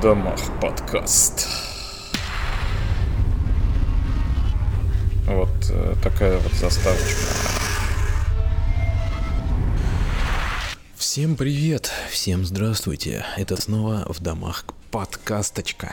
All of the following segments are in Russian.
домах подкаст. Вот такая вот заставочка. Всем привет, всем здравствуйте. Это снова в домах подкасточка.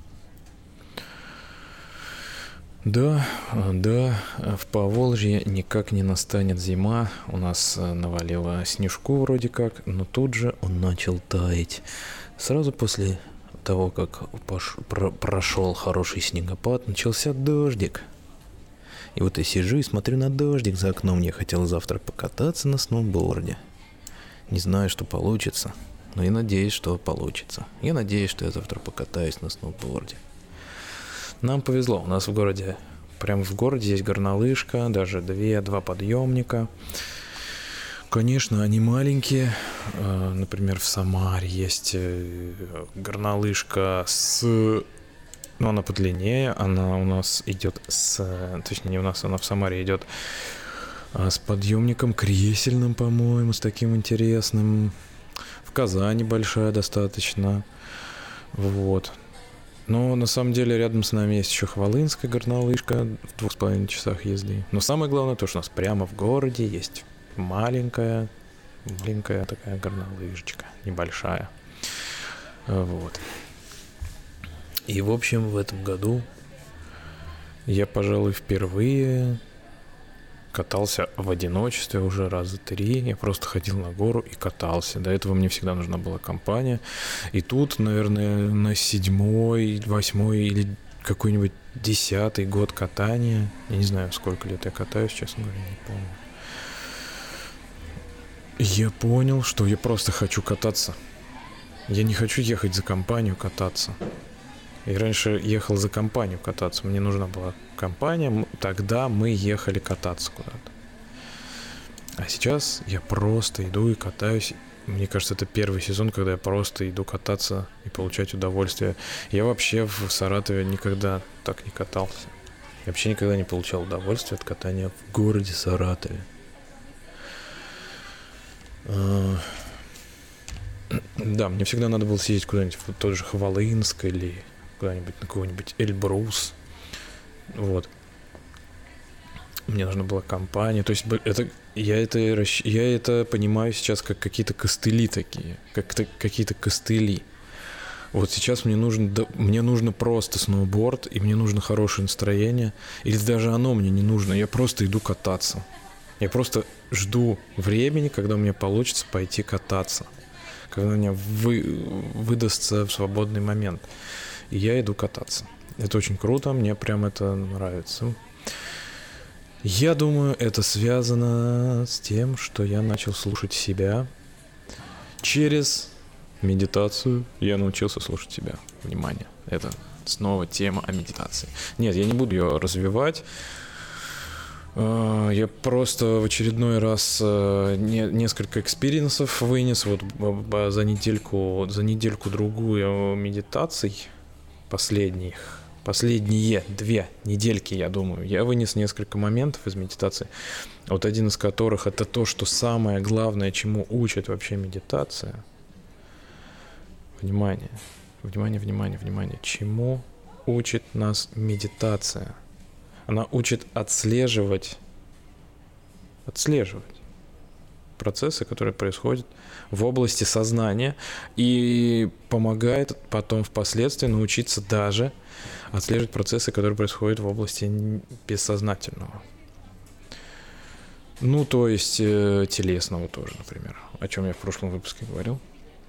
Да, в Поволжье никак не настанет зима. У нас навалило снежку вроде как, но тут же он начал таять. Сразу после того, как прошел хороший снегопад, начался дождик. И вот я сижу и смотрю на дождик за окном. Я хотел завтра покататься на сноуборде. Не знаю, что получится, но я надеюсь, что получится. Я надеюсь, что я завтра покатаюсь на сноуборде. Нам повезло, у нас в городе, прямо в городе есть горнолыжка, даже два подъемника. Конечно, они маленькие. Например, в Самаре есть горнолыжка но она подлиннее, она у нас идет точнее не у нас, она в Самаре идет с подъемником кресельным, по-моему, с таким интересным. В Казани большая достаточно. Вот. Но на самом деле рядом с нами есть еще Хвалынская горнолыжка в 2,5 часах езды. Но самое главное то, что у нас прямо в городе есть маленькая такая горнолыжечка, небольшая. Вот. И в общем в этом году я, пожалуй, впервые катался в одиночестве уже раза 3. Я просто ходил на гору и катался. До этого мне всегда нужна была компания. И тут, наверное, на 7-й, 8-й или какой-нибудь 10-й год катания. Я не знаю, сколько лет я катаюсь, честно говоря, не помню. Я понял, что я просто хочу кататься. Я не хочу ехать за компанию кататься. Я раньше ехал за компанию кататься. Мне нужна была компания. Тогда мы ехали кататься куда-то. А сейчас я просто иду и катаюсь. Мне кажется, это первый сезон, когда я просто иду кататься и получать удовольствие. Я вообще в Саратове никогда так не катался. Я вообще никогда не получал удовольствия от катания в городе Саратове. Да, мне всегда надо было съездить куда-нибудь в тот же Хвалынск или куда-нибудь на какой-нибудь Эльбрус. Вот. Мне нужна была компания. То есть я это понимаю сейчас как какие-то костыли такие. Какие-то костыли. Вот сейчас мне нужно просто сноуборд, и мне нужно хорошее настроение. Или даже оно мне не нужно. Я просто иду кататься. Я просто жду времени, когда у меня получится пойти кататься. Когда у меня выдастся в свободный момент. И я иду кататься. Это очень круто, мне прям это нравится. Я думаю, это связано с тем, что я начал слушать себя. Через медитацию я научился слушать себя. Внимание, это снова тема о медитации. Нет, я не буду ее развивать. Я просто в очередной раз несколько экспириенсов вынес вот за недельку-другую медитаций последние 2 недельки, я думаю. Я вынес несколько моментов из медитации. Вот один из которых это то, что самое главное, чему учит вообще медитация. Внимание. Чему учит нас медитация? Она учит отслеживать процессы, которые происходят в области сознания, и помогает потом впоследствии научиться даже отслеживать процессы, которые происходят в области бессознательного. Ну, то есть телесного тоже, например, о чем я в прошлом выпуске говорил.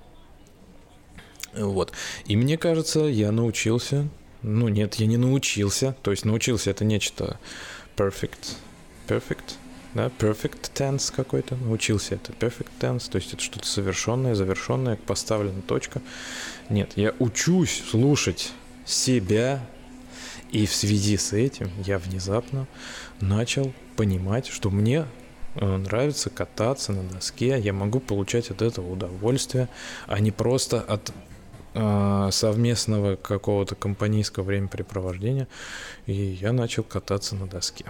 Вот. И мне кажется, я научился. Ну, нет, я не научился. То есть научился — это нечто perfect, да, perfect tense какой-то. Научился — это perfect tense, то есть это что-то совершенное, завершенное, поставлена точка. Нет, я учусь слушать себя, и в связи с этим я внезапно начал понимать, что мне нравится кататься на доске, я могу получать от этого удовольствие, а не просто от совместного какого-то компанейского времяпрепровождения, и я начал кататься на доске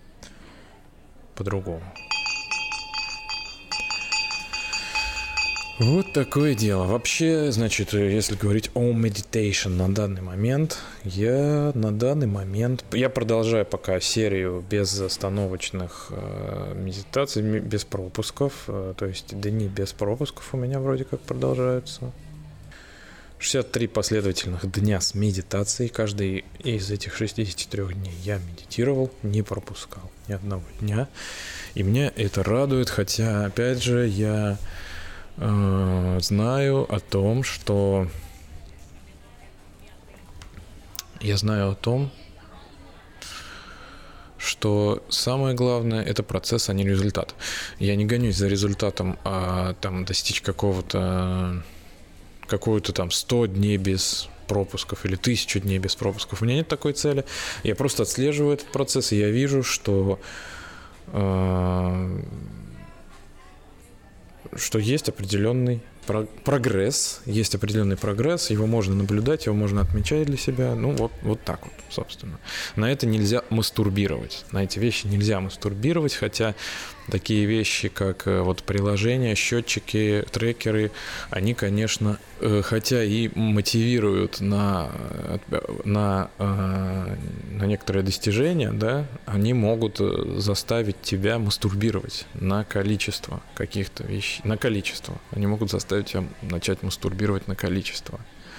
по-другому. Вот такое дело. Вообще, значит, если говорить о meditation на данный момент, я продолжаю пока серию безостановочных медитаций, без пропусков. То есть дни без пропусков у меня вроде как продолжаются. 63 последовательных дня с медитацией. Каждый из этих 63 дней я медитировал, не пропускал ни одного дня. И меня это радует, хотя, опять же, я знаю о том, что самое главное — это процесс, а не результат. Я не гонюсь за результатом, там достичь какую-то там 100 дней без пропусков или 1000 дней без пропусков. У меня нет такой цели. Я просто отслеживаю этот процесс, и я вижу, что есть определенный прогресс, его можно наблюдать, его можно отмечать для себя, вот так вот, собственно. На это нельзя мастурбировать, на эти вещи нельзя мастурбировать, хотя такие вещи, как вот приложения, счетчики, трекеры, они, конечно, хотя и мотивируют на некоторые достижения, да, они могут заставить тебя мастурбировать на количество каких-то вещей, на количество. Они могут заставить тебя начать мастурбировать на количество,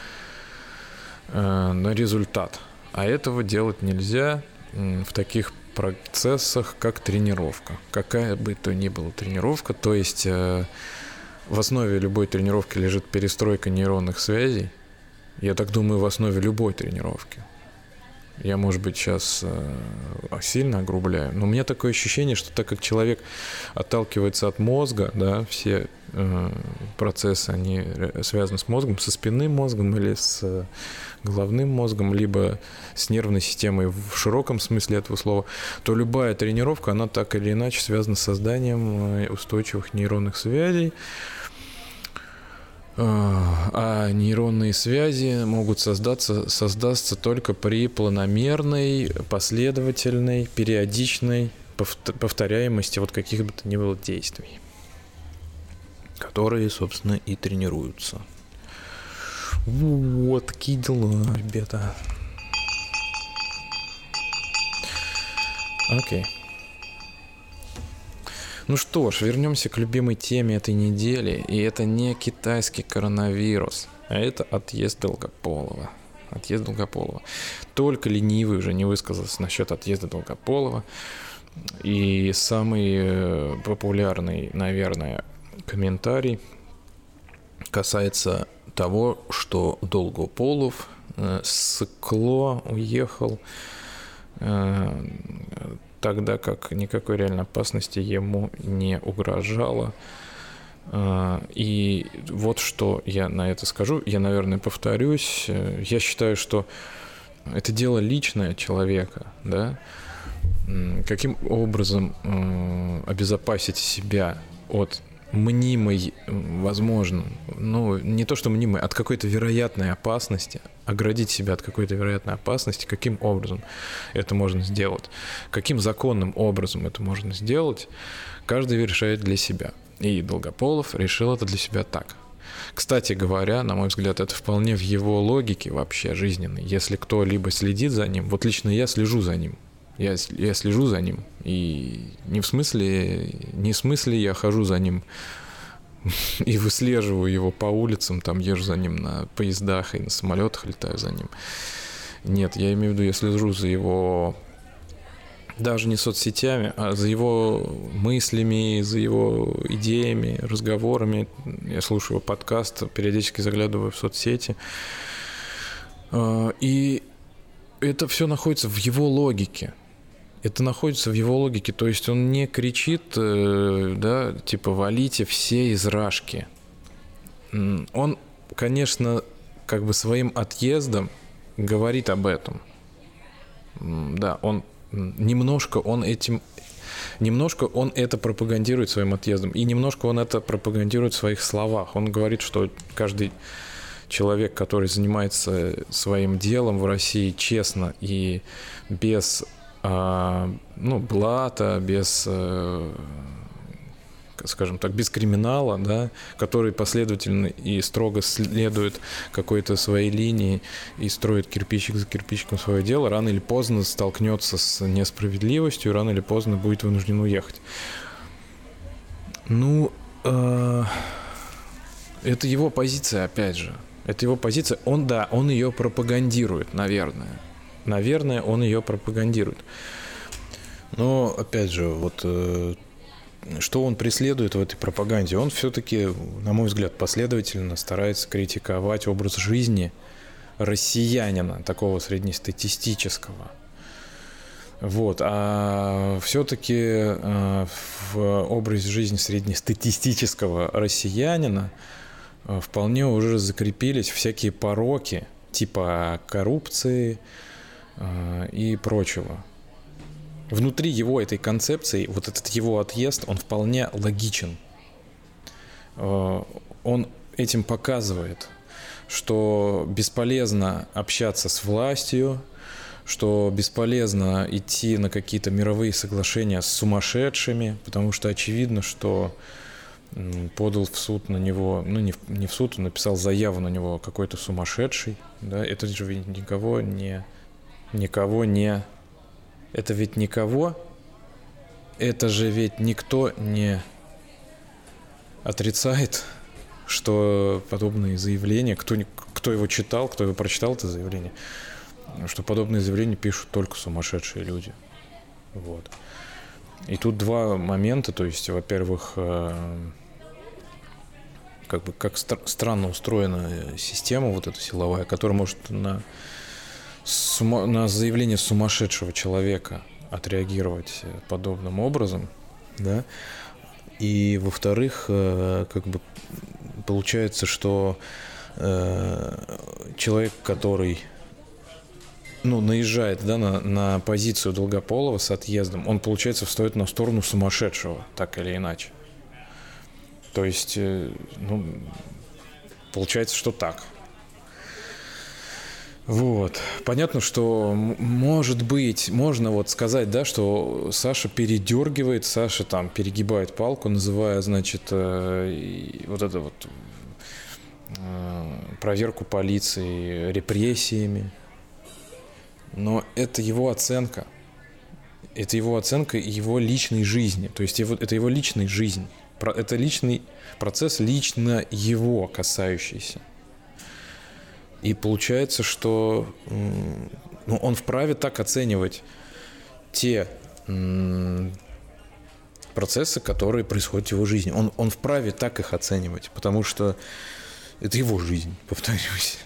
на результат. А этого делать нельзя в таких процессах, как тренировка. Какая бы то ни была тренировка, то есть в основе любой тренировки лежит перестройка нейронных связей. Я так думаю, в основе любой тренировки. Я, может быть, сейчас сильно огрубляю, но у меня такое ощущение, что так как человек отталкивается от мозга, да, все процессы, они связаны с мозгом, со спинным мозгом или с головным мозгом, либо с нервной системой в широком смысле этого слова, то любая тренировка, она так или иначе связана с созданием устойчивых нейронных связей. А нейронные связи могут создаться только при планомерной, последовательной, периодичной повторяемости вот каких бы то ни было действий, которые, собственно, и тренируются. Вот такие дела, ребята. Окей. Ну что ж, вернемся к любимой теме этой недели. И это не китайский коронавирус, а это отъезд Долгополова. Только ленивый уже не высказался насчет отъезда Долгополова. И самый популярный, наверное, комментарий касается того, что Долгополов уехал, тогда как никакой реальной опасности ему не угрожало. И вот что я на это скажу. Я, наверное, повторюсь. Я считаю, что это дело личное человека, да? Каким образом обезопасить себя от мнимой, возможно, не то что мнимой, от какой-то вероятной опасности, оградить себя от какой-то вероятной опасности, каким образом это можно сделать, каким законным образом это можно сделать, каждый решает для себя. И Долгополов решил это для себя так. Кстати говоря, на мой взгляд, это вполне в его логике вообще жизненной. Если кто-либо следит за ним, вот лично я слежу за ним. Я слежу за ним, и не в смысле я хожу за ним и выслеживаю его по улицам, там езжу за ним на поездах и на самолетах летаю за ним. Нет, я имею в виду, я слежу за его, даже не соцсетями, а за его мыслями, за его идеями, разговорами. Я слушаю его подкаст, периодически заглядываю в соцсети. И это все находится в его логике. То есть он не кричит, да, типа «валите все из Рашки». Он, конечно, как бы своим отъездом говорит об этом. Да, немножко он это пропагандирует своим отъездом, и немножко он это пропагандирует в своих словах. Он говорит, что каждый человек, который занимается своим делом в России честно и без блата, без скажем так, без криминала, да, который последовательно и строго следует какой-то своей линии и строит кирпичик за кирпичиком свое дело, рано или поздно столкнется с несправедливостью, рано или поздно будет вынужден уехать. Ну, это его позиция, опять же. Это его позиция. Он ее пропагандирует, наверное. Наверное, он ее пропагандирует. Но, опять же, вот что он преследует в этой пропаганде? Он все-таки, на мой взгляд, последовательно старается критиковать образ жизни россиянина, такого среднестатистического. Вот. А все-таки в образе жизни среднестатистического россиянина вполне уже закрепились всякие пороки, типа коррупции и прочего. Внутри его этой концепции, вот этот его отъезд, он вполне логичен. Он этим показывает, что бесполезно общаться с властью, что бесполезно идти на какие-то мировые соглашения с сумасшедшими, потому что очевидно, что подал в суд на него, ну не в суд, он написал заяву на него какой-то сумасшедший, да, это же ведь никого не, это ведь никого, это же ведь никто не отрицает, что подобные заявления, кто его читал, кто его прочитал, это заявление, что подобные заявления пишут только сумасшедшие люди, вот. И тут два момента, то есть, во-первых, как странно устроена система вот эта силовая, которая может на заявление сумасшедшего человека отреагировать подобным образом, да. И во-вторых, получается, что человек, который наезжает, да, на позицию Долгополова с отъездом, он, получается, встает на сторону сумасшедшего, так или иначе. То есть, получается, что так. Вот. Понятно, что, может быть, можно вот сказать, да, что Саша передергивает, Саша там перегибает палку, называя, значит, вот это вот проверку полиции репрессиями. Но это его оценка. Это его оценка его личной жизни. То есть это его личная жизнь. Это личный процесс, лично его касающийся. И получается, что он вправе так оценивать те процессы, которые происходят в его жизни. Он вправе так их оценивать, потому что это его жизнь, повторюсь.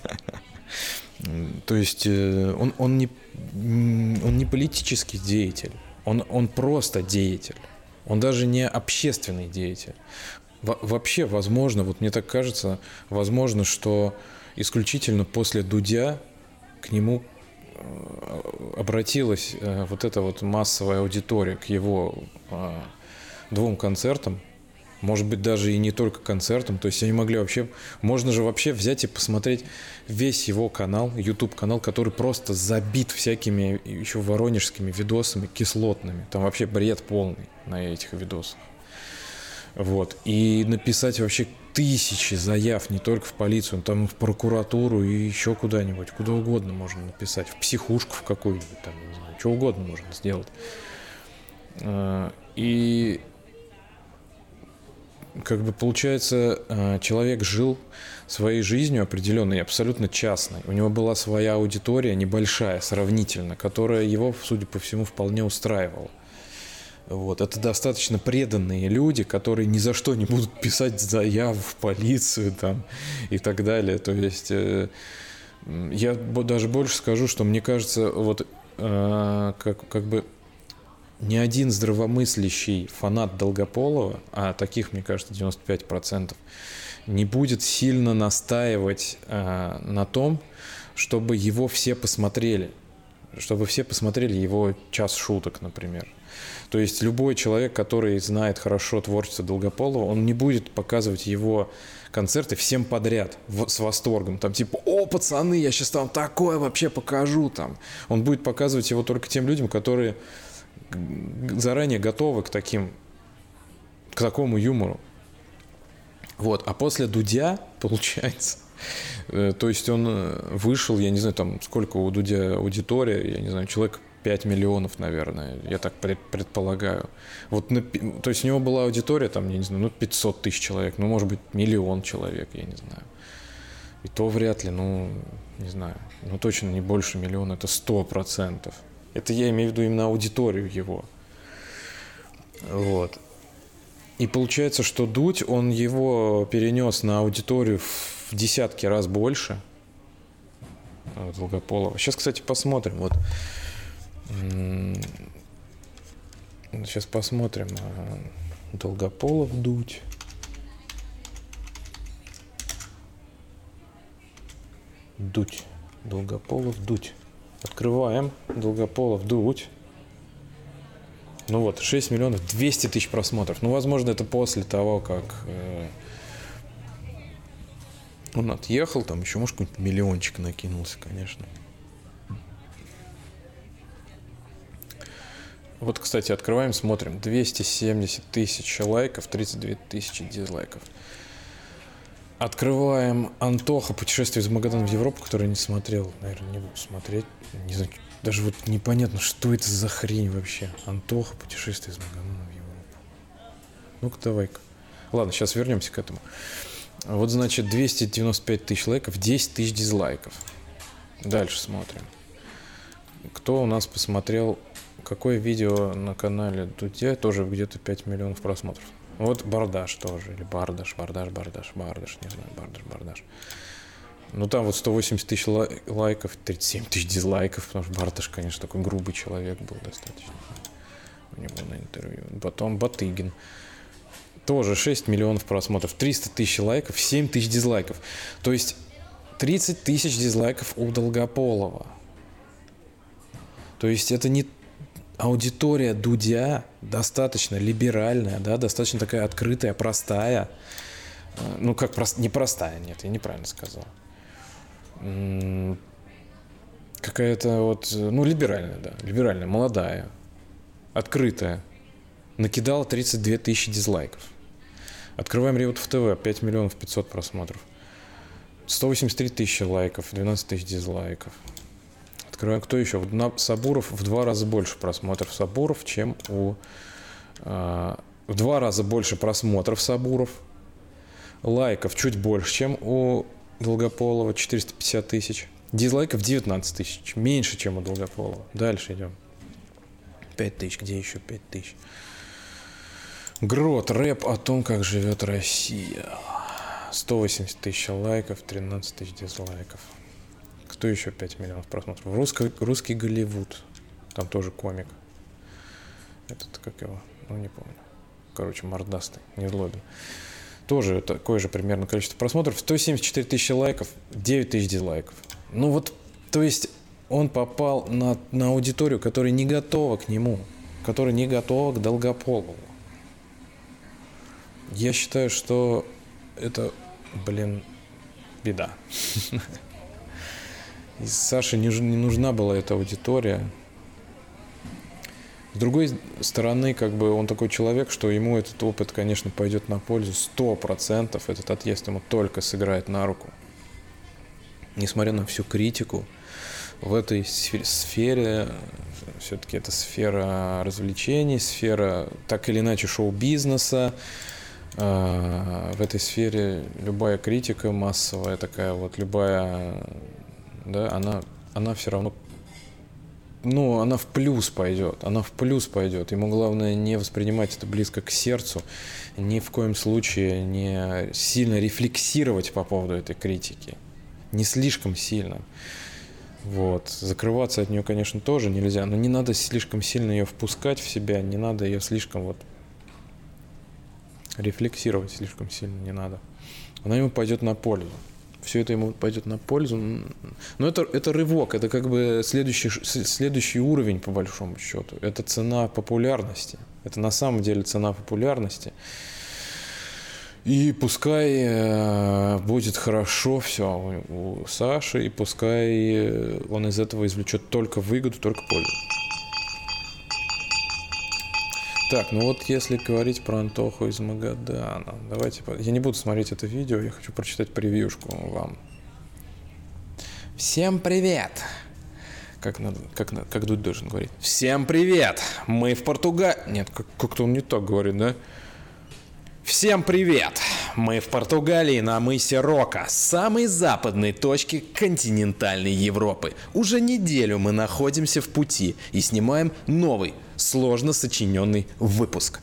То есть он не политический деятель, он просто деятель, он даже не общественный деятель. Вообще, возможно, вот мне так кажется, возможно, что исключительно после Дудя к нему обратилась вот эта вот массовая аудитория к его двум концертам. Может быть, даже и не только концертом. То есть они могли вообще... Можно же вообще взять и посмотреть весь его канал, YouTube-канал, который просто забит всякими еще воронежскими видосами кислотными. Там вообще бред полный на этих видосах. Вот. И написать вообще тысячи заяв не только в полицию, там в прокуратуру и еще куда-нибудь. Куда угодно можно написать. В психушку в какую-нибудь, там, не знаю, что угодно можно сделать. И... получается, человек жил своей жизнью определенной, абсолютно частной. У него была своя аудитория, небольшая, сравнительно, которая его, судя по всему, вполне устраивала. Вот. Это достаточно преданные люди, которые ни за что не будут писать заяву в полицию там, и так далее. То есть я даже больше скажу, что мне кажется, вот ни один здравомыслящий фанат Долгополова, а таких, мне кажется, 95%, не будет сильно настаивать на том, чтобы его все посмотрели. Чтобы все посмотрели его «Час шуток», например. То есть любой человек, который знает хорошо творчество Долгополова, он не будет показывать его концерты всем подряд с восторгом. Там типа: «О, пацаны, я сейчас там такое вообще покажу». Там. Он будет показывать его только тем людям, которые заранее готовы к таким к такому юмору. Вот, а после Дудя, получается, то есть он вышел, я не знаю, там сколько у Дудя аудитория, я не знаю, человек 5 миллионов, наверное, я так предполагаю. Вот, то есть у него была аудитория, там, я не знаю, 500 тысяч человек, может быть, 1 миллион человек, я не знаю. И то вряд ли, не знаю, точно не больше миллиона, это 100%. Это я имею в виду именно аудиторию его. Вот. И получается, что Дудь, он его перенес на аудиторию в десятки раз больше Долгополова. Сейчас, кстати, посмотрим. Вот. Сейчас посмотрим. Долгополов, Дудь. Дудь. Долгополов, Дудь. Открываем. Долгополов, Дудь. 6 миллионов 200 тысяч просмотров. Возможно, это после того, как он отъехал, там еще, может, какой-нибудь миллиончик накинулся, конечно. Вот, кстати, открываем, смотрим. 270 тысяч лайков, 32 тысячи дизлайков. Открываем Антоха, путешествие из Магадана в Европу, который не смотрел. Наверное, не буду смотреть. Не знаю, даже вот непонятно, что это за хрень вообще. Антоха, путешествие из Магадана в Европу. Ну-ка, давай-ка. Ладно, сейчас вернемся к этому. Вот, значит, 295 тысяч лайков, 10 тысяч дизлайков. Дальше смотрим. Кто у нас посмотрел, какое видео на канале Дудя, тоже где-то 5 миллионов просмотров. Вот Бардаш тоже, или Бардаш, не знаю, Бардаш. Там вот 180 тысяч лайков, 37 тысяч дизлайков, потому что Бардаш, конечно, такой грубый человек был достаточно. У него на интервью. Потом Батыгин. Тоже 6 миллионов просмотров, 300 тысяч лайков, 7 тысяч дизлайков. То есть 30 тысяч дизлайков у Долгополова. То есть это не... Аудитория Дудя достаточно либеральная, да, достаточно такая открытая, простая. Непростая, нет, я неправильно сказал. Какая-то вот, либеральная, да, либеральная, молодая, открытая. Накидала 32 тысячи дизлайков. Открываем Реутов ТВ, 5 миллионов 500 просмотров. 183 тысячи лайков, 12 тысяч дизлайков. Открываем, кто еще? Сабуров в 2 раза больше просмотров Сабуров, чем у... в 2 раза больше просмотров Сабуров. Лайков чуть больше, чем у Долгополова, 450 тысяч. Дизлайков 19 тысяч, меньше, чем у Долгополова. Дальше идем. 5 тысяч, где еще 5 тысяч? Грот, рэп о том, как живет Россия. 180 тысяч лайков, 13 тысяч дизлайков. Кто еще 5 миллионов просмотров? Русский Голливуд. Там тоже комик. Этот, как его? Не помню. Короче, мордастый, незлобин. Тоже такое же примерно количество просмотров. 174 тысячи лайков, 9 тысяч дизлайков. То есть он попал на аудиторию, которая не готова к нему, которая не готова к Долгополову. Я считаю, что это, беда. И Саше не нужна была эта аудитория. С другой стороны, он такой человек, что ему этот опыт, конечно, пойдет на пользу 100%. Этот отъезд ему только сыграет на руку. Несмотря на всю критику, в этой сфере, все-таки это сфера развлечений, сфера, так или иначе, шоу-бизнеса. В этой сфере любая критика массовая, такая вот, любая... Да, она все равно, она в плюс пойдет, Ему главное не воспринимать это близко к сердцу, ни в коем случае не сильно рефлексировать по поводу этой критики, не слишком сильно. Вот. Закрываться от нее, конечно, тоже нельзя, но не надо слишком сильно ее впускать в себя, не надо ее слишком рефлексировать слишком сильно не надо. Она ему пойдет на пользу. Все это ему пойдет на пользу. Но это рывок, это следующий уровень, по большому счету. Это цена популярности. Это на самом деле цена популярности. И пускай будет хорошо все у Саши, и пускай он из этого извлечет только выгоду, только пользу. Так, ну вот если говорить про Антоху из Магадана, давайте... Я не буду смотреть это видео, я хочу прочитать превьюшку вам. Всем привет! Как Дудь должен говорить? Всем привет! Мы в Португалии... Нет, как-то он не так говорит, да? Всем привет! Мы в Португалии на мысе Рока, самой западной точке континентальной Европы. Уже неделю мы находимся в пути и снимаем новый, сложно сочиненный выпуск.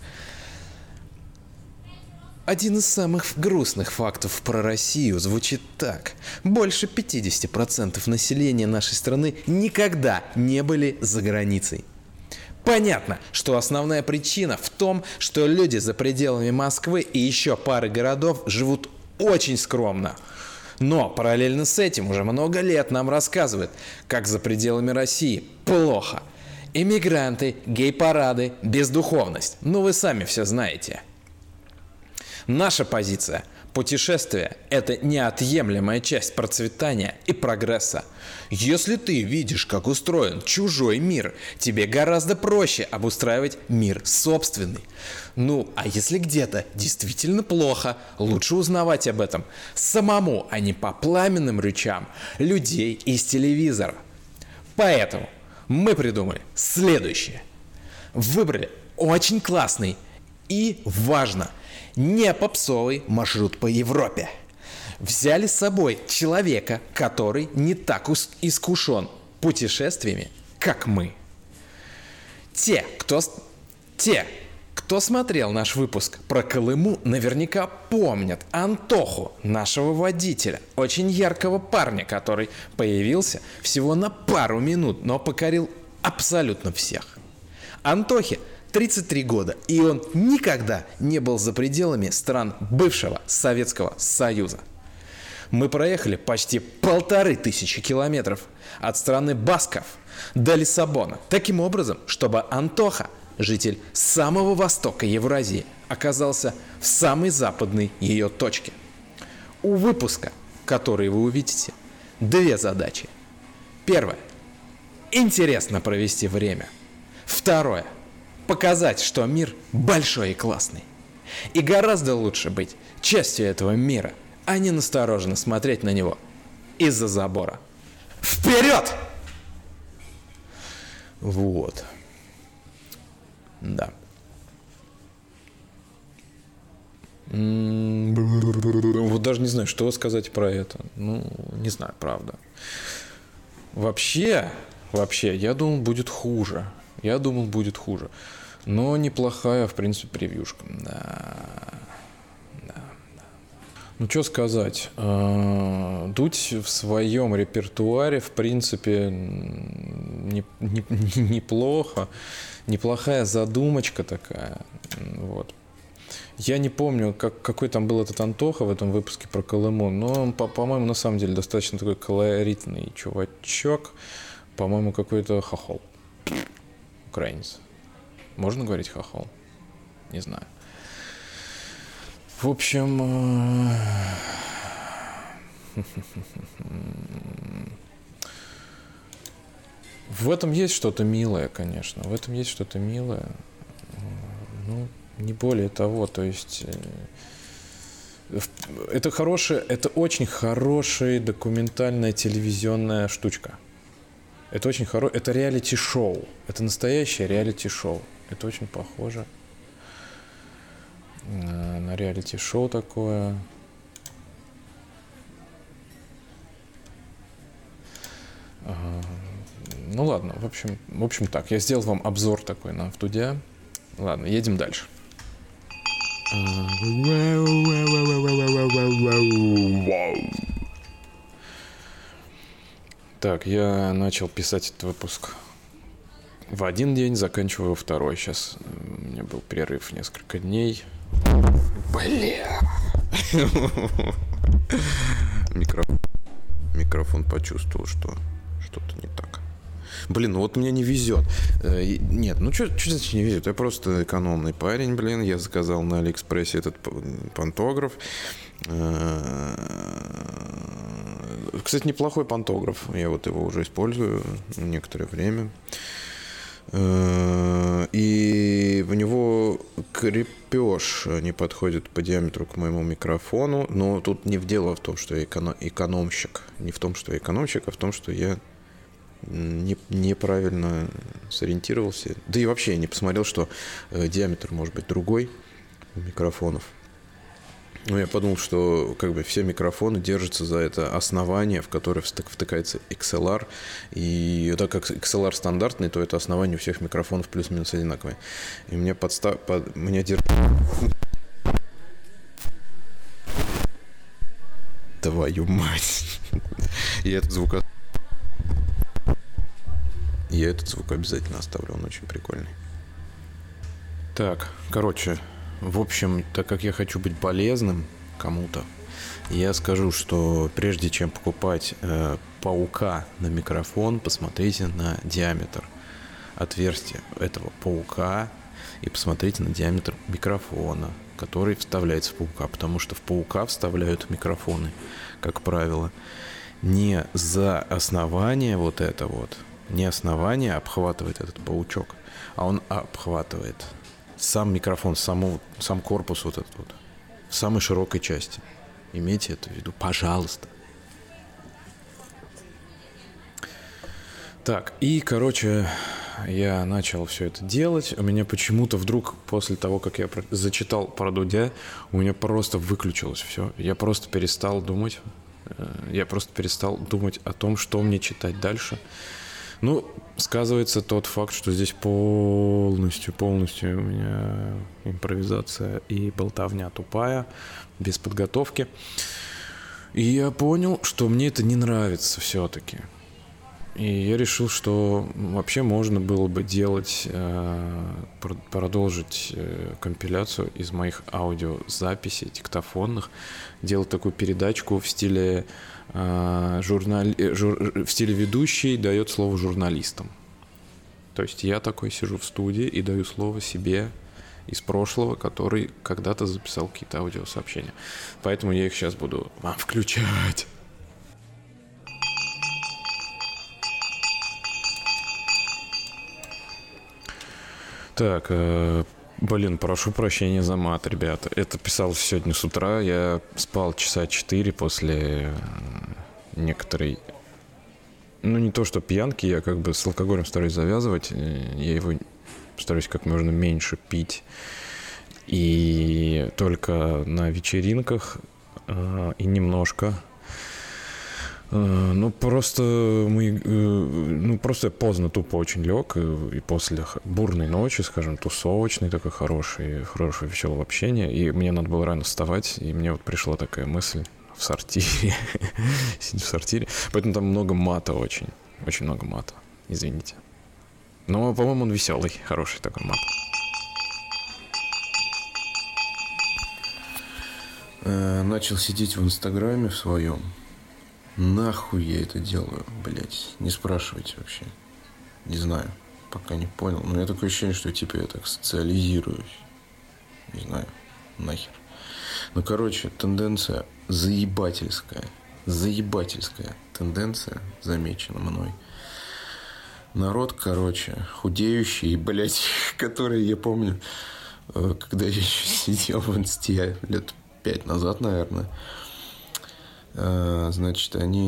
Один из самых грустных фактов про Россию звучит так. Больше 50% населения нашей страны никогда не были за границей. Понятно, что основная причина в том, что люди за пределами Москвы и еще пары городов живут очень скромно. Но параллельно с этим уже много лет нам рассказывают, как за пределами России плохо. Иммигранты, гей-парады, бездуховность. Ну вы сами все знаете. Наша позиция – путешествие – это неотъемлемая часть процветания и прогресса. Если ты видишь, как устроен чужой мир, тебе гораздо проще обустраивать мир собственный. Ну, а если где-то действительно плохо, лучше узнавать об этом самому, а не по пламенным речам людей из телевизора. Поэтому мы придумали следующее. Выбрали очень классный и, важно, не попсовый маршрут по Европе. Взяли с собой человека, который не так искушен путешествиями, как мы. Те, кто смотрел наш выпуск про Колыму, наверняка помнят Антоху, нашего водителя, очень яркого парня, который появился всего на пару минут, но покорил абсолютно всех. Антохе 33 года, и он никогда не был за пределами стран бывшего Советского Союза. Мы проехали почти 1500 километров от страны Басков до Лиссабона, таким образом, чтобы Антоха, житель самого востока Евразии, оказался в самой западной ее точке. У выпуска, который вы увидите, две задачи. Первое. Интересно провести время. Второе. Показать, что мир большой и классный. И гораздо лучше быть частью этого мира, а не настороженно смотреть на него из-за забора. Вперед! Вот. Да. Вот даже не знаю, что сказать про это. Ну, не знаю, правда. Вообще, я думал, будет хуже. Но неплохая, в принципе, превьюшка. Да. Ну, что сказать. Дудь в своем репертуаре, в принципе, неплохо. Неплохая задумочка такая. Вот. Я не помню, какой там был этот Антоха в этом выпуске про Колыму, но он, по-моему, на самом деле достаточно такой колоритный чувачок. По-моему, какой-то хохол. Украинец. Можно говорить хохол? Не знаю. В общем... В этом есть что-то милое, конечно. В этом есть что-то милое. Ну, не более того. То есть... Это очень хорошая документальная телевизионная штучка. Это очень хорошее, это реалити-шоу. Это настоящее реалити-шоу. Это очень похоже на реалити-шоу такое. Ну ладно, в общем так. Я сделал вам обзор такой на Вдудя. Ладно, едем дальше. Так, я начал писать этот выпуск в один день, заканчиваю во второй. Сейчас у меня был перерыв несколько дней. Бля. Микрофон почувствовал, что что-то не так. Блин, ну вот мне не везет. Нет, ну что значит не везет? Я просто экономный парень, блин. Я заказал на Алиэкспрессе этот пантограф. Кстати, неплохой пантограф. Я вот его уже использую некоторое время. И в него крепеж не подходит по диаметру к моему микрофону, но тут не в дело в том, что я экономщик. Не в том, что я экономщик, а в том, что я неправильно сориентировался. Да и вообще я не посмотрел, что диаметр может быть другой у микрофонов. Ну, я подумал, что как бы все микрофоны держатся за это основание, в которое втыкается XLR. И так как XLR стандартный, то это основание у всех микрофонов плюс-минус одинаковое. И мне мне Твою мать. Я этот звук обязательно оставлю, он очень прикольный. Так, короче, в общем, так как я хочу быть полезным кому-то, я скажу, что прежде чем покупать паука на микрофон, посмотрите на диаметр отверстия этого паука и посмотрите на диаметр микрофона, который вставляется в паука, потому что в паука вставляют микрофоны, как правило, не за основание вот это вот, не основание обхватывает этот паучок, а он обхватывает сам микрофон, сам корпус вот этот вот, в самой широкой части. Имейте это в виду, пожалуйста. Так, и, короче, я начал все это делать. У меня почему-то вдруг, после того, как я зачитал про Дудя, у меня просто выключилось все. Я просто перестал думать о том, что мне читать дальше. Ну, сказывается тот факт, что здесь полностью у меня импровизация и болтовня тупая, без подготовки. И я понял, что мне это не нравится все-таки. И я решил, что вообще можно было бы продолжить компиляцию из моих аудиозаписей диктофонных, делать такую передачку в стиле в стиле ведущий дает слово журналистам. То есть я такой сижу в студии и даю слово себе из прошлого, который когда-то записал какие-то аудиосообщения. Поэтому я их сейчас буду вам включать. Так, прошу прощения за мат, ребята. Это писалось сегодня с утра. Я спал часа 4 после некоторой... Ну, не то что пьянки, я как бы с алкоголем стараюсь завязывать. Я его стараюсь как можно меньше пить. И только на вечеринках и немножко. Просто я поздно тупо очень лег, и после бурной ночи, скажем, тусовочной, такой хорошего веселого общения, и мне надо было рано вставать, и мне вот пришла такая мысль в сортире, сидя в сортире, поэтому там много мата очень много мата, извините. Но, по-моему, он веселый, хороший такой мат. Начал сидеть в Инстаграме в своем. Нахуй я это делаю, блять? Не спрашивайте вообще. Не знаю, пока не понял. Но у меня такое ощущение, что типа я так социализируюсь. Не знаю, нахер. Короче, тенденция заебательская тенденция замечена мной. Народ, худеющий, блять, который, я помню, когда я еще сидел в Инсте лет 5 назад, наверное. Значит, они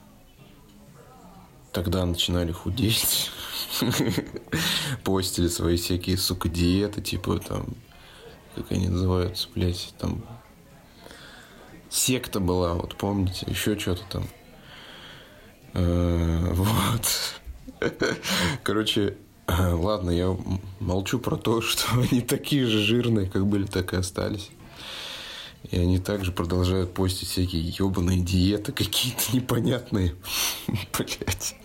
тогда начинали худеть, постили свои всякие, диеты, типа там, как они называются, блядь, там секта была, вот помните, еще что-то там. Вот. Короче, ладно, я молчу про то, что они такие же жирные, как были, так и остались. И они также продолжают постить всякие ебаные диеты, какие-то непонятные. Блять.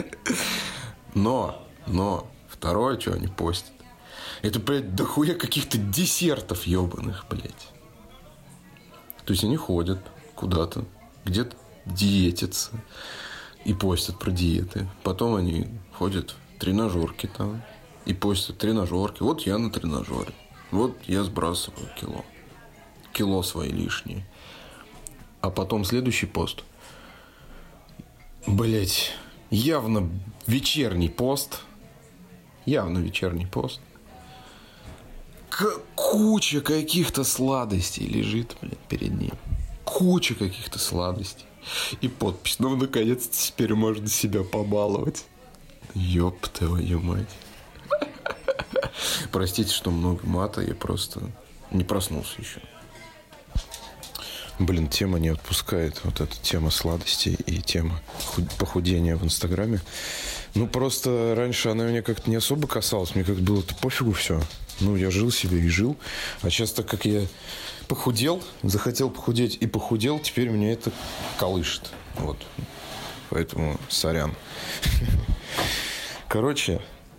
Но, второе, что они постят, это, блядь, дохуя каких-то десертов ебаных, блядь. То есть они ходят куда-то, где-то диетятся и постят про диеты. Потом они ходят в тренажерки там и постят тренажерки. Вот я на тренажере. Вот я сбрасываю кило свои лишние. А потом следующий пост. Блять, явно вечерний пост. куча каких-то сладостей лежит, блин, перед ним. Куча каких-то сладостей. И подпись. Ну, наконец-то теперь можно себя побаловать. Ёб твою мать. Простите, что много мата, я просто не проснулся еще. Блин, тема не отпускает. Вот эта тема сладостей и тема похудения в Инстаграме. Ну, просто раньше она меня как-то не особо касалась. Мне как-то было-то пофигу все. Ну, я жил себе и жил. А сейчас, так как я похудел, захотел похудеть и похудел, теперь меня это колышет. Вот. Поэтому сорян. Короче.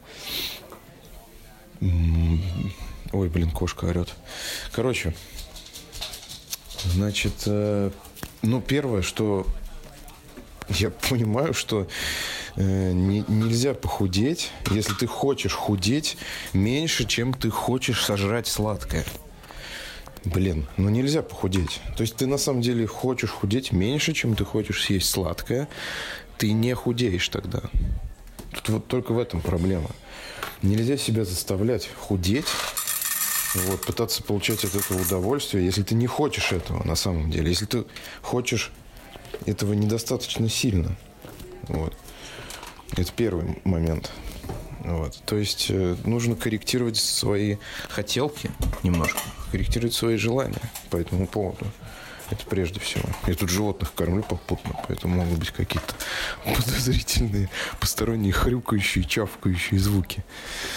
Ой, блин, кошка орет. Короче. Значит, ну, первое, что я понимаю, что нельзя похудеть, если ты хочешь худеть меньше, чем ты хочешь сожрать сладкое. Блин, ну нельзя похудеть. То есть ты на самом деле хочешь худеть меньше, чем ты хочешь съесть сладкое. Ты не худеешь тогда. Тут вот только в этом проблема. Нельзя себя заставлять худеть. Вот, пытаться получать от этого удовольствие, если ты не хочешь этого на самом деле. Если ты хочешь этого недостаточно сильно. Вот. Это первый момент. Вот. То есть нужно корректировать свои хотелки немножко. Корректировать свои желания по этому поводу. Это прежде всего. Я тут животных кормлю попутно, поэтому могут быть какие-то подозрительные, посторонние хрюкающие, чавкающие звуки.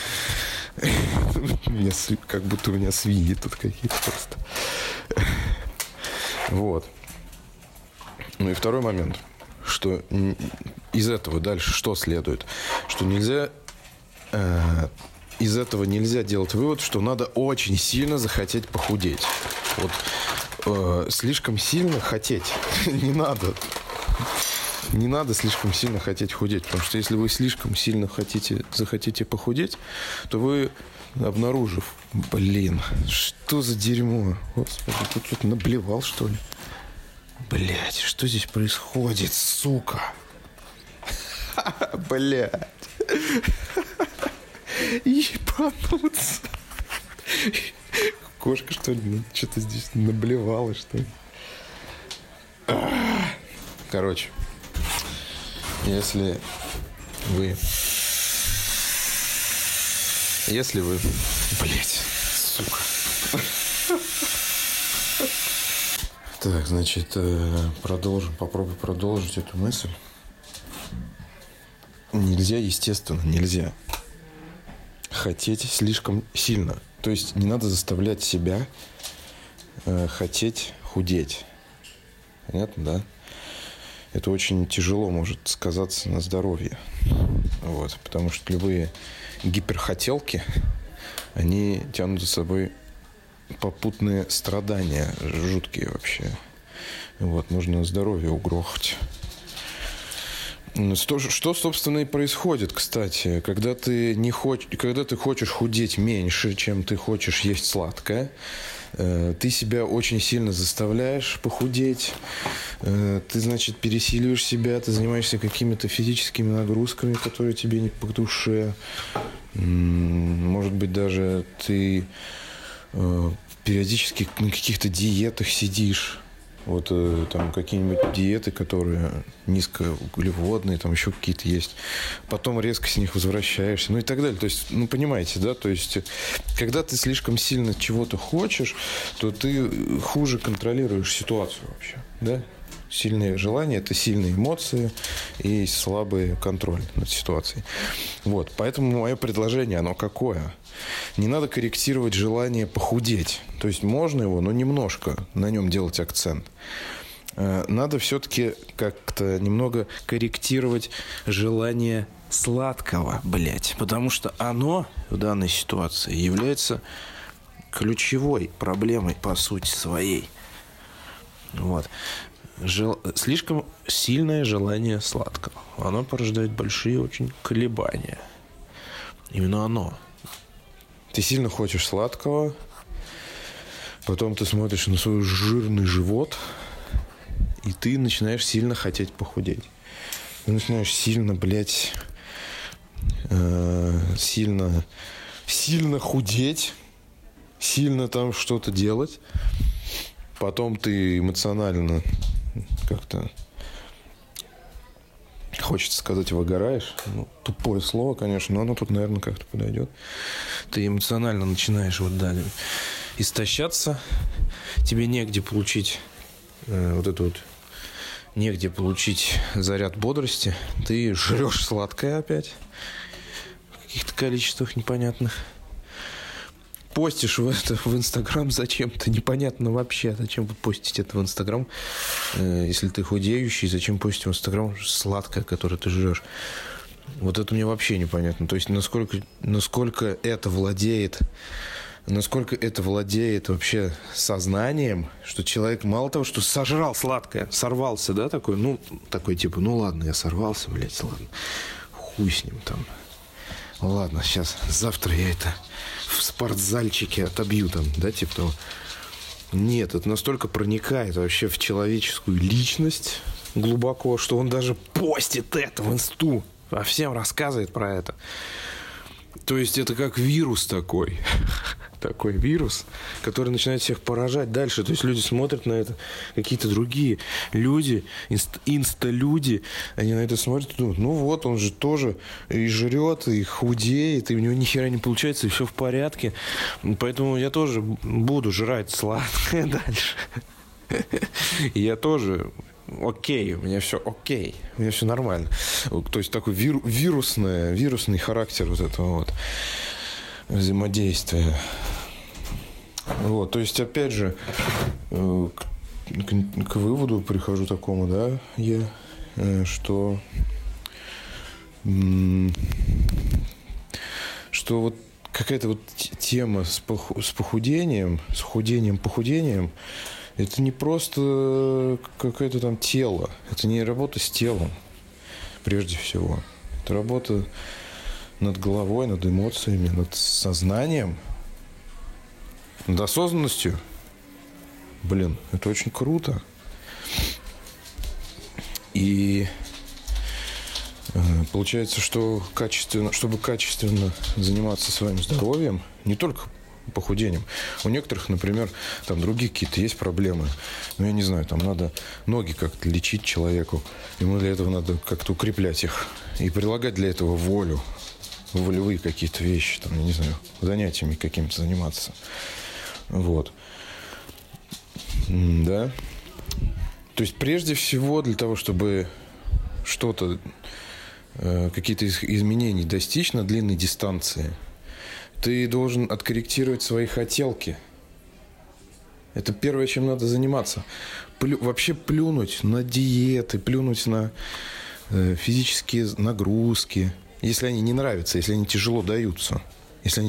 Как будто у меня свиньи тут какие-то просто. Вот. Ну и второй момент, что из этого дальше что следует? Что нельзя... из этого нельзя делать вывод, что надо очень сильно захотеть похудеть. Вот. Слишком сильно хотеть не надо. Не надо слишком сильно хотеть худеть, потому что если вы слишком сильно захотите похудеть, то вы, обнаружив, блин, что за дерьмо, господи, тут что-то наблевал, что ли? Блять, что здесь происходит, сука? Блять. Ебануться. Кошка, что ли, что-то здесь наблевала, что ли? Короче. Если вы... Блять, сука. Так, значит, попробуй продолжить эту мысль. Нельзя, естественно, нельзя хотеть слишком сильно. То есть не надо заставлять себя хотеть худеть. Понятно, да? Это очень тяжело может сказаться на здоровье. Вот, потому что любые гиперхотелки, они тянут за собой попутные страдания, жуткие вообще. Вот, можно здоровье угрохать. Что, собственно, и происходит, кстати, когда ты хочешь худеть меньше, чем ты хочешь есть сладкое, ты себя очень сильно заставляешь похудеть, ты, значит, пересиливаешь себя, ты занимаешься какими-то физическими нагрузками, которые тебе не по душе. Может быть, даже ты периодически на каких-то диетах сидишь. Вот там какие-нибудь диеты, которые низкоуглеводные, там еще какие-то есть. Потом резко с них возвращаешься, ну и так далее. То есть, ну, понимаете, да? То есть, когда ты слишком сильно чего-то хочешь, то ты хуже контролируешь ситуацию вообще, да? Сильные желания – это сильные эмоции и слабый контроль над ситуацией. Вот, поэтому мое предложение, оно какое? Не надо корректировать желание похудеть. То есть можно его, но немножко на нем делать акцент. Надо все-таки как-то немного корректировать желание сладкого, блять. Потому что оно в данной ситуации является ключевой проблемой по сути своей. Вот. Слишком сильное желание сладкого. Оно порождает большие очень колебания. Именно оно. Ты сильно хочешь сладкого, потом ты смотришь на свой жирный живот, и ты начинаешь сильно хотеть похудеть. Ты начинаешь сильно, блядь, сильно худеть, сильно там что-то делать. Потом ты эмоционально как-то, хочется сказать, выгораешь. Ну, тупое слово, конечно, но оно тут, наверное, как-то подойдет. Ты эмоционально начинаешь вот далее истощаться. Тебе негде получить негде получить заряд бодрости. Ты жрешь сладкое опять в каких-то количествах непонятных. Постишь в Инстаграм зачем-то, непонятно вообще, зачем постить это в Инстаграм, если ты худеющий, зачем постить в Инстаграм сладкое, которое ты жрешь. Вот это мне вообще непонятно. То есть насколько это владеет вообще сознанием, что человек мало того, что сожрал сладкое, сорвался, да, такой типа, ну ладно, я сорвался, блядь, ладно, хуй с ним там. Ладно, завтра я это в спортзальчике отобью там, да, типа того. Нет, это настолько проникает вообще в человеческую личность глубоко, что он даже постит это в инсту, а всем рассказывает про это. То есть это как вирус такой вирус, который начинает всех поражать дальше. То есть люди смотрят на это, какие-то другие люди, инста-люди, они на это смотрят и думают, ну вот, он же тоже и жрет, и худеет, и у него ни хера не получается, и все в порядке. Поэтому я тоже буду жрать сладкое дальше. И я тоже... Окей, у меня все окей, у меня все нормально. То есть такой вирусный характер вот этого вот взаимодействия. Вот, то есть, опять же, к выводу прихожу такому, да, что вот какая-то вот тема с похудением, это не просто какое-то там тело. Это не работа с телом, прежде всего. Это работа над головой, над эмоциями, над сознанием, над осознанностью. Блин, это очень круто. И получается, что чтобы качественно заниматься своим здоровьем, не только похудением. У некоторых, например, там другие какие-то есть проблемы. Ну, я не знаю, там надо ноги как-то лечить человеку. Ему для этого надо как-то укреплять их. И прилагать для этого волю. Волевые какие-то вещи. Там, я не знаю, занятиями какими-то заниматься. Вот. Да. То есть, прежде всего, для того, чтобы какие-то изменения достичь на длинной дистанции, ты должен откорректировать свои хотелки. Это первое, чем надо заниматься. Вообще плюнуть на диеты, плюнуть на физические нагрузки, если они не нравятся, если они тяжело даются. Если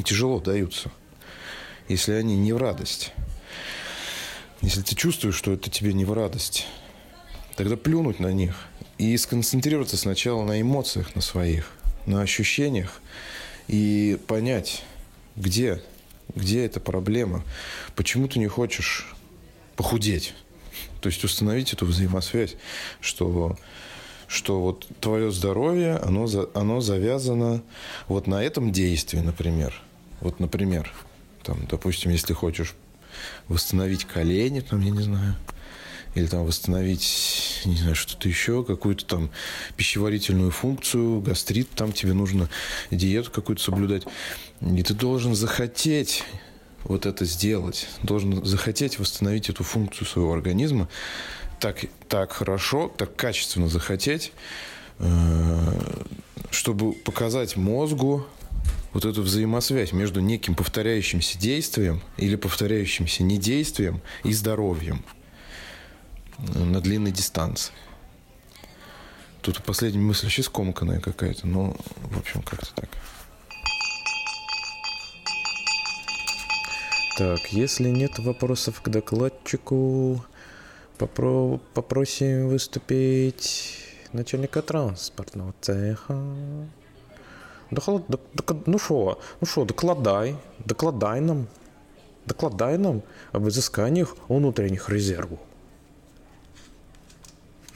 они не в радость. Если ты чувствуешь, что это тебе не в радость, тогда плюнуть на них и сконцентрироваться сначала на эмоциях, на своих, на ощущениях и понять, где эта проблема, почему ты не хочешь похудеть. То есть установить эту взаимосвязь, что вот твое здоровье, оно завязано вот на этом действии, например. Вот, например, там, допустим, если хочешь восстановить колени, там, я не знаю, или там восстановить, не знаю, что-то еще, какую-то там пищеварительную функцию, гастрит, там тебе нужно диету какую-то соблюдать. И ты должен захотеть вот это сделать, должен захотеть восстановить эту функцию своего организма так хорошо, так качественно захотеть, чтобы показать мозгу вот эту взаимосвязь между неким повторяющимся действием или повторяющимся недействием и здоровьем на длинной дистанции. Тут последняя мысль вообще скомканная какая-то, но, в общем, как-то так. Так, если нет вопросов к докладчику, попросим выступить начальника транспортного цеха. Ну що, докладай нам об изысканиях внутренних резервов.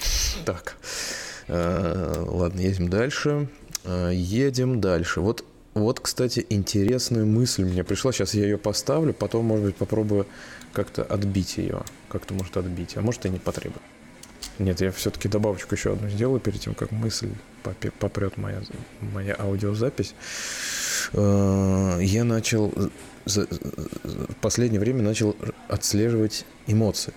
Так, ладно, едем дальше. Вот Вот, кстати, интересная мысль мне пришла. Сейчас я ее поставлю, потом, может быть, попробую как-то отбить ее. Как-то, может, отбить, а может, и не потребует. Нет, я все-таки добавочку еще одну сделаю перед тем, как мысль попрет моя аудиозапись. Я начал в последнее время начал отслеживать эмоции.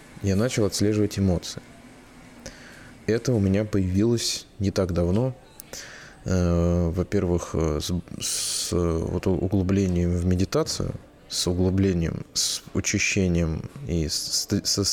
Это у меня появилось не так давно. Во-первых, с вот углублением в медитацию, с углублением, с учащением и со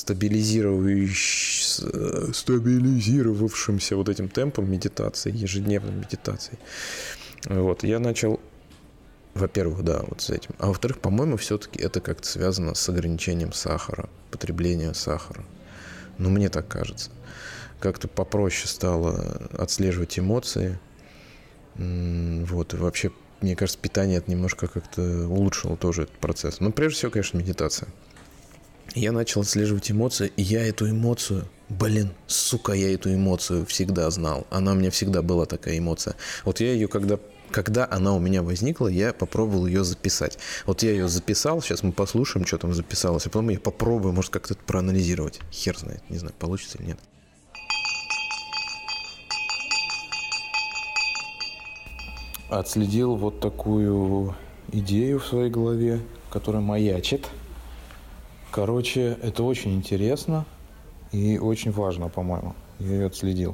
стабилизировавшимся вот этим темпом медитации, ежедневной медитации. Вот, я начал, во-первых, да, вот с этим. А во-вторых, по-моему, все-таки это как-то связано с ограничением сахара, потребления сахара. Ну, мне так кажется. Как-то попроще стало отслеживать эмоции. Вот, и вообще, мне кажется, питание это немножко как-то улучшило тоже этот процесс. Но прежде всего, конечно, медитация. Я начал отслеживать эмоции, и я эту эмоцию, я эту эмоцию всегда знал. Она у меня всегда была такая эмоция. Вот я ее, когда она у меня возникла, я попробовал ее записать. Вот я ее записал, сейчас мы послушаем, что там записалось, а потом я попробую, может, как-то это проанализировать. Хер знает, не знаю, получится или нет. Отследил вот такую идею в своей голове, которая маячит. Короче, это очень интересно и очень важно, по-моему. Я ее отследил.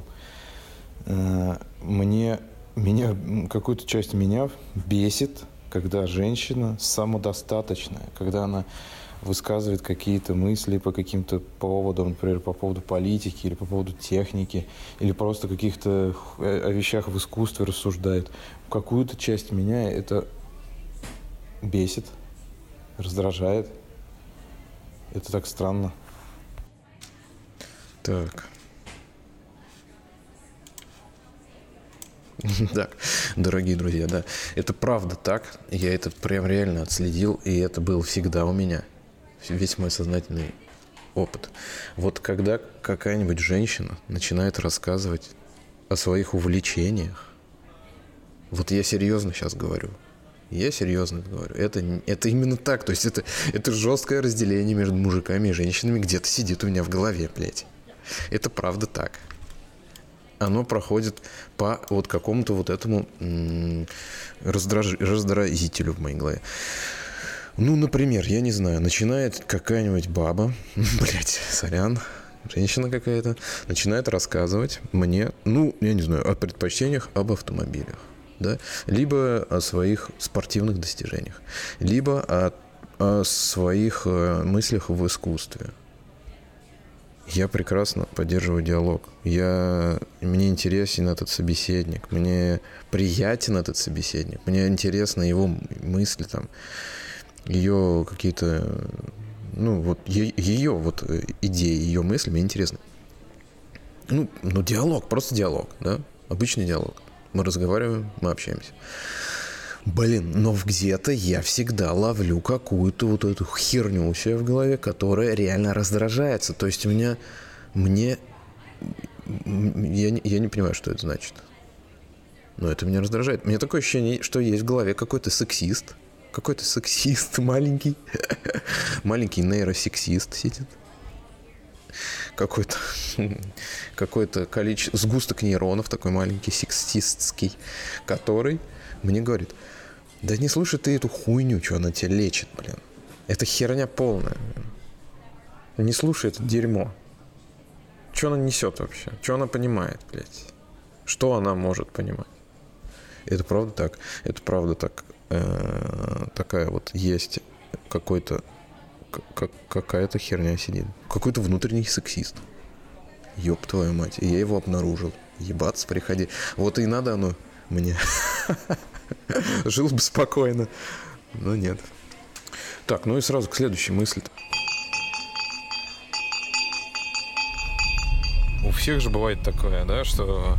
Какую-то часть меня бесит, когда женщина самодостаточная, когда она высказывает какие-то мысли по каким-то поводам, например, по поводу политики или по поводу техники, или просто каких-то о вещах в искусстве рассуждает. Какую-то часть меня это бесит, раздражает. Это так странно. Так. Так, дорогие друзья, да, это правда так. Я это прям реально отследил, и это было всегда у меня. Весь мой сознательный опыт. Вот когда какая-нибудь женщина начинает рассказывать о своих увлечениях, вот я серьезно сейчас говорю. Это именно так. То есть это жесткое разделение между мужиками и женщинами где-то сидит у меня в голове, блядь. Это правда так. Оно проходит по вот какому-то вот этому раздразителю в моей голове. Ну, например, я не знаю, начинает какая-нибудь баба, женщина какая-то, начинает рассказывать мне, я не знаю, о предпочтениях об автомобилях, да, либо о своих спортивных достижениях, либо о своих мыслях в искусстве. Я прекрасно поддерживаю диалог. Мне интересен этот собеседник, мне приятен этот собеседник, мне интересны его мысли, там, ее какие-то, ее вот идеи, ее мысли мне интересны. Диалог, просто диалог, да, обычный диалог. Мы разговариваем, мы общаемся. Но где-то я всегда ловлю какую-то вот эту херню у себя в голове, которая реально раздражается. То есть я не понимаю, что это значит. Но это меня раздражает. У меня такое ощущение, что есть в голове какой-то сексист маленький. Маленький нейросексист сидит. Какой-то количество, сгусток нейронов, такой маленький сексистский, который мне говорит: да не слушай ты эту хуйню, что она тебя лечит, блин. Это херня полная. Не слушай это дерьмо. Что она несет вообще? Что она понимает, блядь? Что она может понимать? Это правда так. Это правда так. Такая вот есть какая-то херня сидит. Какой-то внутренний сексист. Ёб твою мать. И я его обнаружил. Ебаться, приходи. Вот и надо оно мне. Жил бы спокойно. Но нет. Так, и сразу к следующей мысли. У всех же бывает такое, да, что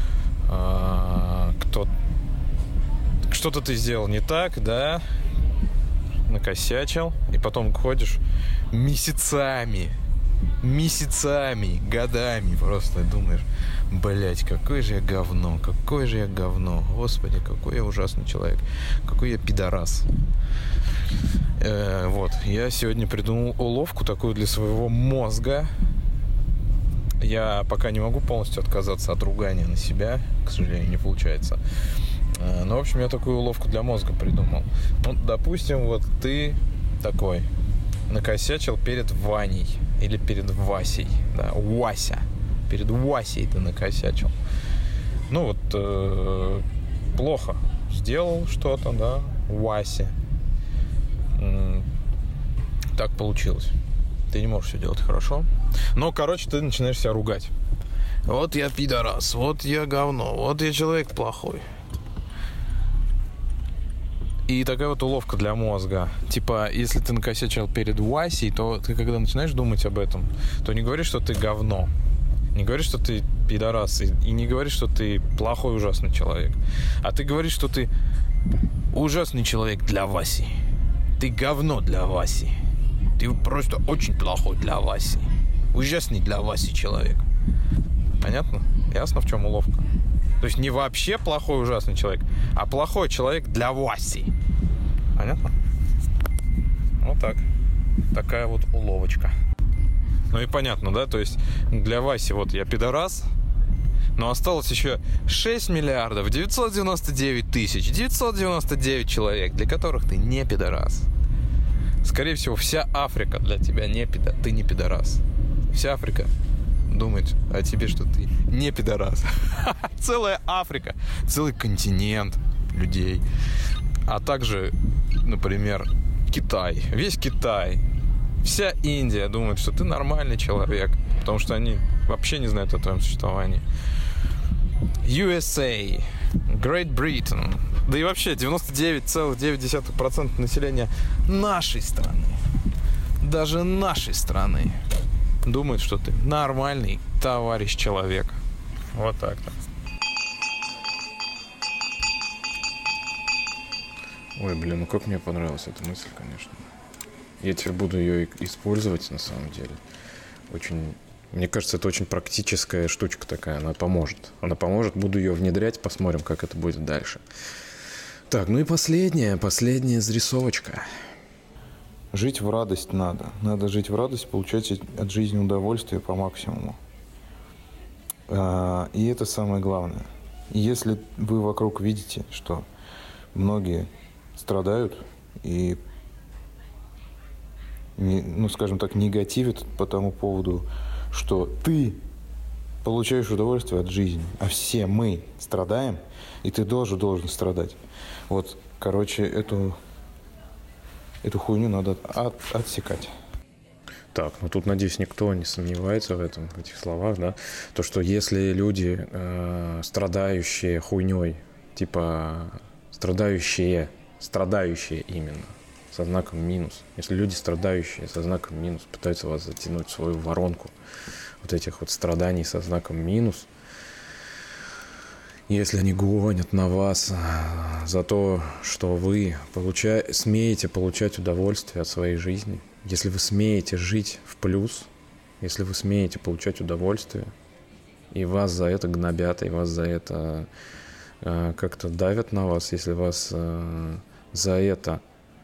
что-то ты сделал не так, да, накосячил, и потом ходишь месяцами, годами просто думаешь: Блять, какое же я говно, Господи, какой я ужасный человек, какой я пидорас. Вот, я сегодня придумал уловку такую для своего мозга. Я пока не могу полностью отказаться от ругания на себя, к сожалению, не получается. Но, в общем, я такую уловку для мозга придумал. Ну, допустим, вот ты такой накосячил перед Ваней или перед Васей, да, Вася. Перед Васей ты накосячил. Ну вот, плохо сделал что-то, да, Васе. Так получилось. Ты не можешь все делать хорошо. Но, короче, ты начинаешь себя ругать. Вот я пидорас, вот я говно, вот я человек плохой. И такая вот уловка для мозга. Типа, если ты накосячил перед Васей, то ты, когда начинаешь думать об этом, то не говори, что ты говно. Не говори, что ты пидорас. И не говори, что ты плохой, ужасный человек. А ты говоришь, что ты ужасный человек для Васи. Ты говно для Васи. Ты просто очень плохой для Васи. Ужасный для Васи человек. Понятно? Ясно, в чем уловка? То есть не вообще плохой, ужасный человек, а плохой человек для Васи. Понятно? Вот так. Такая вот уловочка. Ну и понятно, да? То есть для Васи вот я пидорас, но осталось еще 6 миллиардов 999 тысяч 999 человек, для которых ты не пидорас. Скорее всего, вся Африка для тебя ты не пидорас. Вся Африка думает о тебе, что ты не пидорас. Целая Африка, целый континент людей. А также, например, Китай. Весь Китай. Вся Индия думает, что ты нормальный человек, потому что они вообще не знают о твоем существовании. USA, Great Britain, да и вообще 99,9% населения нашей страны, даже нашей страны, думают, что ты нормальный товарищ человек. Вот так-то. Ой, блин, ну как мне понравилась эта мысль, конечно. Я теперь буду ее использовать, на самом деле. Очень... Мне кажется, это очень практическая штучка такая, она поможет. Буду ее внедрять, посмотрим, как это будет дальше. Так, ну и последняя зарисовочка. Жить в радость надо. Надо жить в радость, получать от жизни удовольствие по максимуму. И это самое главное. Если вы вокруг видите, что многие страдают и, ну, скажем так, негативят по тому поводу, что ты получаешь удовольствие от жизни, а все мы страдаем, и ты должен страдать. Вот, короче, эту хуйню надо отсекать. Так, ну тут, надеюсь, никто не сомневается в этих словах, да? То, что если люди, страдающие хуйней, типа страдающие именно, со знаком минус. Если люди, страдающие со знаком минус, пытаются вас затянуть в свою воронку вот этих вот страданий со знаком минус, если они гонят на вас за то, что вы смеете получать удовольствие от своей жизни, если вы смеете жить в плюс, если вы смеете получать удовольствие, и вас за это гнобят, и вас за это как-то давят на вас, если вас за это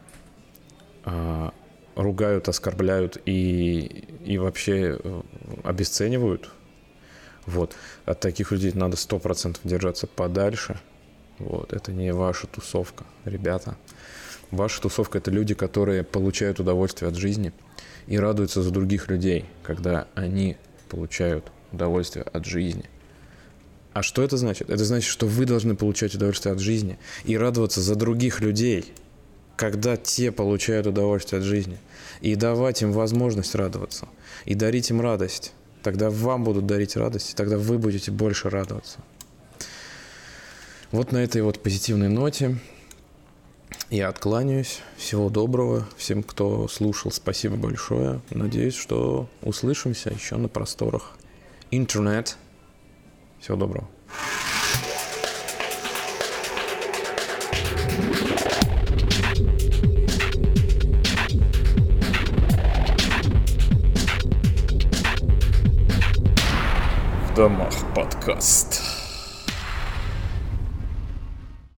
ругают, оскорбляют и вообще обесценивают, вот, от таких людей надо 100% держаться подальше. Вот, это не ваша тусовка, ребята. Ваша тусовка — это люди, которые получают удовольствие от жизни и радуются за других людей, когда они получают удовольствие от жизни. А что это значит? Это значит, что вы должны получать удовольствие от жизни и радоваться за других людей, когда те получают удовольствие от жизни, и давать им возможность радоваться, и дарить им радость. Тогда вам будут дарить радость, и тогда вы будете больше радоваться. Вот на этой вот позитивной ноте я откланяюсь. Всего доброго всем, кто слушал. Спасибо большое. Надеюсь, что услышимся еще на просторах интернет. Всего доброго. В домах. подкаст.